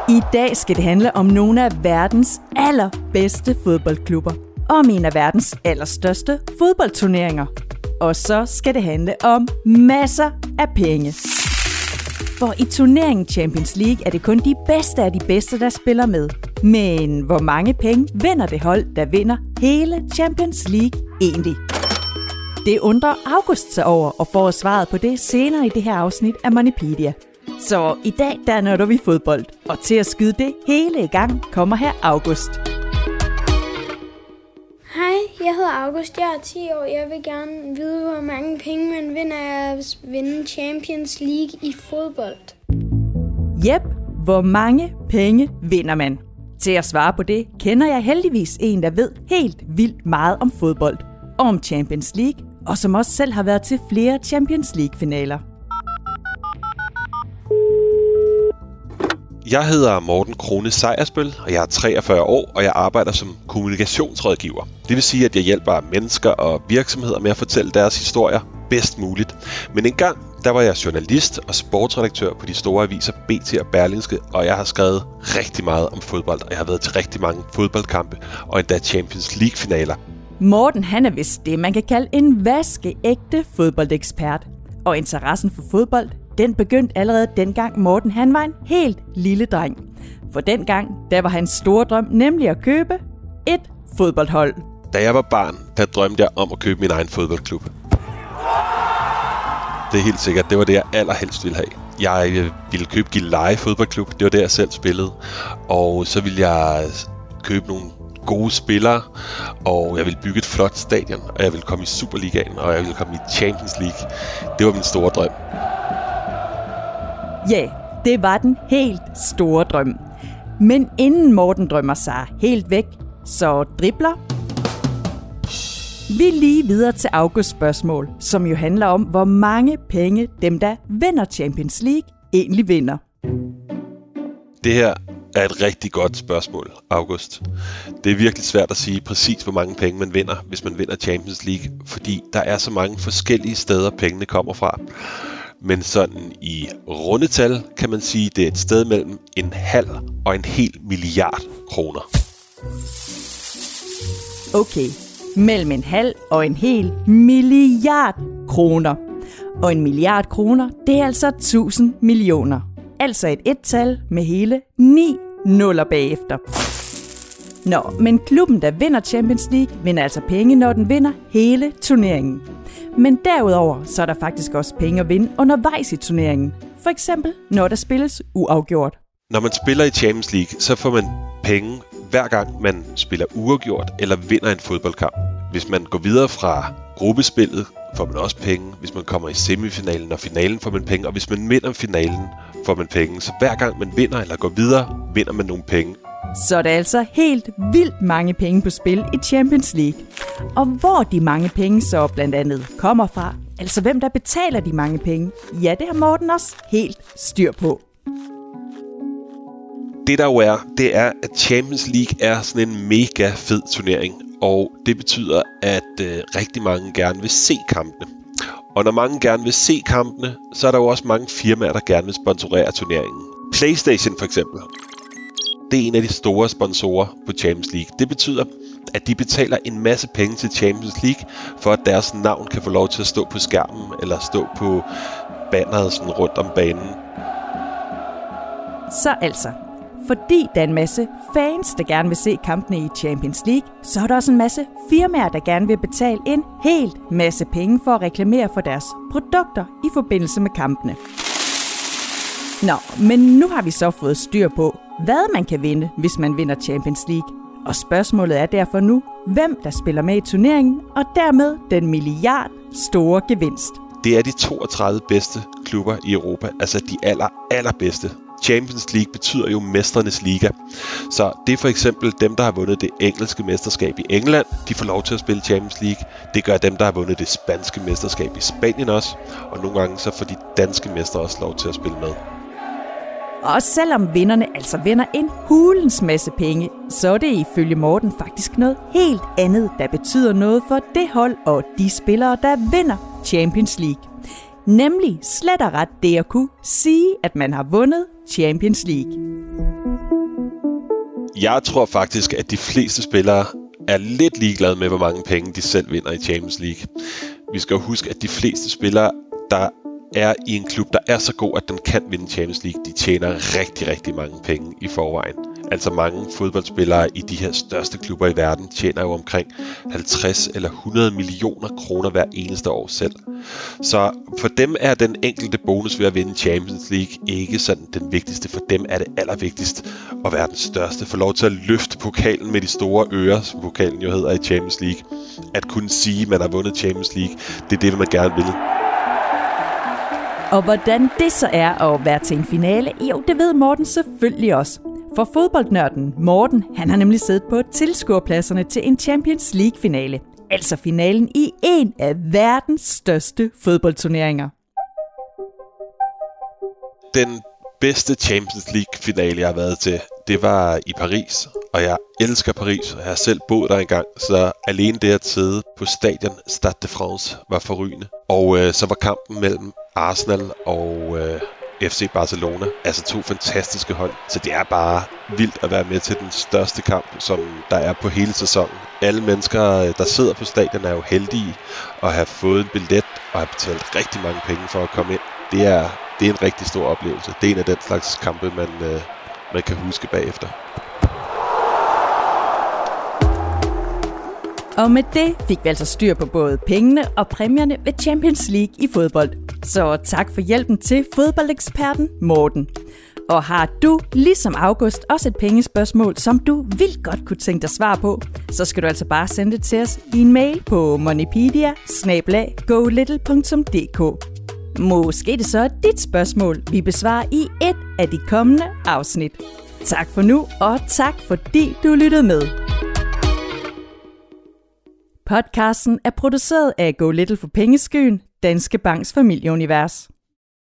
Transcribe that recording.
I dag skal det handle om nogle af verdens allerbedste fodboldklubber. Om en af verdens allerstørste fodboldturneringer. Og så skal det handle om masser af penge. For i turneringen Champions League er det kun de bedste af de bedste, der spiller med. Men hvor mange penge vinder det hold, der vinder hele Champions League egentlig? Det undrer August sig over, og får svaret på det senere i det her afsnit af Moneypedia. Så i dag der nørder vi fodbold, og til at skyde det hele i gang kommer her August. Hej, jeg hedder August, jeg er 10 år. Jeg vil gerne vide, hvor mange penge man vinder af at vinde Champions League i fodbold. Jep, hvor mange penge vinder man? Til at svare på det, kender jeg heldigvis en, der ved helt vildt meget om fodbold og om Champions League, og som også selv har været til flere Champions League-finaler. Jeg hedder Morten Krone Sejersbøl, og jeg er 43 år, og jeg arbejder som kommunikationsrådgiver. Det vil sige, at jeg hjælper mennesker og virksomheder med at fortælle deres historier bedst muligt. Men engang, der var jeg journalist og sportsredaktør på de store aviser BT og Berlingske, og jeg har skrevet rigtig meget om fodbold, og jeg har været til rigtig mange fodboldkampe og endda Champions League-finaler. Morten, han er vist det, man kan kalde en vaskeægte fodboldekspert. Og interessen for fodbold, den begyndte allerede dengang Morten han var en helt lille dreng. For dengang, der var hans store drøm nemlig at købe et fodboldhold. Da jeg var barn, der drømte jeg om at købe min egen fodboldklub. Det er helt sikkert, det var det jeg allerhelst ville have. Jeg ville købe Gilleleje fodboldklub, det var der jeg selv spillede. Og så ville jeg købe nogle gode spillere, og jeg ville bygge et flot stadion, og jeg ville komme i Superligaen, og jeg ville komme i Champions League. Det var min store drøm. Ja, det var den helt store drøm. Men inden Morten drømmer sig helt væk, så dribler vi lige videre til Augusts spørgsmål, som jo handler om, hvor mange penge dem, der vinder Champions League, egentlig vinder. Det her er et rigtig godt spørgsmål, August. Det er virkelig svært at sige præcis, hvor mange penge man vinder, hvis man vinder Champions League, fordi der er så mange forskellige steder, pengene kommer fra. Men sådan i rundetal kan man sige, det er et sted mellem 0,5 og 1 milliard kroner. Okay, mellem 0,5 og 1 milliard kroner. Og 1 milliard kroner, det er altså 1000 millioner. Altså et et-tal med hele 9 nuller bagefter. Nå, men klubben, der vinder Champions League, vinder altså penge, når den vinder hele turneringen. Men derudover, så er der faktisk også penge at vinde undervejs i turneringen. For eksempel, når der spilles uafgjort. Når man spiller i Champions League, så får man penge hver gang man spiller uafgjort eller vinder en fodboldkamp. Hvis man går videre fra gruppespillet, får man også penge. Hvis man kommer i semifinalen og finalen, får man penge. Og hvis man vinder finalen, får man penge. Så hver gang man vinder eller går videre, vinder man nogle penge. Så er der altså helt vildt mange penge på spil i Champions League. Og hvor de mange penge så blandt andet kommer fra, altså hvem der betaler de mange penge, ja, det har Morten også helt styr på. Det der jo er, det er, at Champions League er sådan en mega fed turnering. Og det betyder, at rigtig mange gerne vil se kampene. Og når mange gerne vil se kampene, så er der jo også mange firmaer, der gerne vil sponsorere turneringen. PlayStation for eksempel. Det er en af de store sponsorer på Champions League. Det betyder, at de betaler en masse penge til Champions League, for at deres navn kan få lov til at stå på skærmen, eller stå på banneret sådan rundt om banen. Så altså, fordi der er en masse fans, der gerne vil se kampene i Champions League, så er der også en masse firmaer, der gerne vil betale en helt masse penge for at reklamere for deres produkter i forbindelse med kampene. Nå, men nu har vi så fået styr på, hvad man kan vinde, hvis man vinder Champions League. Og spørgsmålet er derfor nu, hvem der spiller med i turneringen, og dermed den milliard store gevinst. Det er de 32 bedste klubber i Europa, altså de allerbedste. Champions League betyder jo mesternes liga. Så det er for eksempel dem, der har vundet det engelske mesterskab i England. De får lov til at spille Champions League. Det gør dem, der har vundet det spanske mesterskab i Spanien også. Og nogle gange så får de danske mestre også lov til at spille med. Og selvom vinderne altså vinder en hulens masse penge, så er det ifølge Morten faktisk noget helt andet, der betyder noget for det hold og de spillere, der vinder Champions League. Nemlig slet og ret det at kunne sige, at man har vundet Champions League. Jeg tror faktisk, at de fleste spillere er lidt ligeglade med, hvor mange penge de selv vinder i Champions League. Vi skal jo huske, at de fleste spillere, der er i en klub, der er så god, at den kan vinde Champions League, de tjener rigtig, rigtig mange penge i forvejen. Altså mange fodboldspillere i de her største klubber i verden tjener jo omkring 50 eller 100 millioner kroner hver eneste år selv. Så for dem er den enkelte bonus ved at vinde Champions League ikke sådan den vigtigste. For dem er det allervigtigst at være den største. Få lov til at løfte pokalen med de store ører, som pokalen jo hedder i Champions League. At kunne sige, at man har vundet Champions League, det er det, man gerne vil. Og hvordan det så er at være til en finale, jo, det ved Morten selvfølgelig også. For fodboldnørden Morten, han har nemlig siddet på tilskuerpladserne til en Champions League-finale. Altså finalen i en af verdens største fodboldturneringer. Den bedste Champions League-finale, jeg har været til, det var i Paris. Og jeg elsker Paris, og jeg har selv boet der engang. Så alene det at sidde på stadion Stade de France var forrygende. Og så var kampen mellem Arsenal og FC Barcelona, altså 2 fantastiske hold. Så det er bare vildt at være med til den største kamp, som der er på hele sæsonen. Alle mennesker, der sidder på stadion, er jo heldige at have fået en billet og have betalt rigtig mange penge for at komme ind. Det er en rigtig stor oplevelse. Det er en af den slags kampe, man kan huske bagefter. Og med det fik vi altså styr på både pengene og præmierne ved Champions League i fodbold. Så tak for hjælpen til fodboldeksperten Morten. Og har du, ligesom August, også et pengespørgsmål, som du vildt godt kunne tænke dig svar på, så skal du altså bare sende det til os i en mail på moneypedia@golittle.dk. Måske det så er dit spørgsmål, vi besvarer i et af de kommende afsnit. Tak for nu, og tak fordi du lyttede med. Podcasten er produceret af Go Little for Pengeskyen, Danske Banks familieunivers.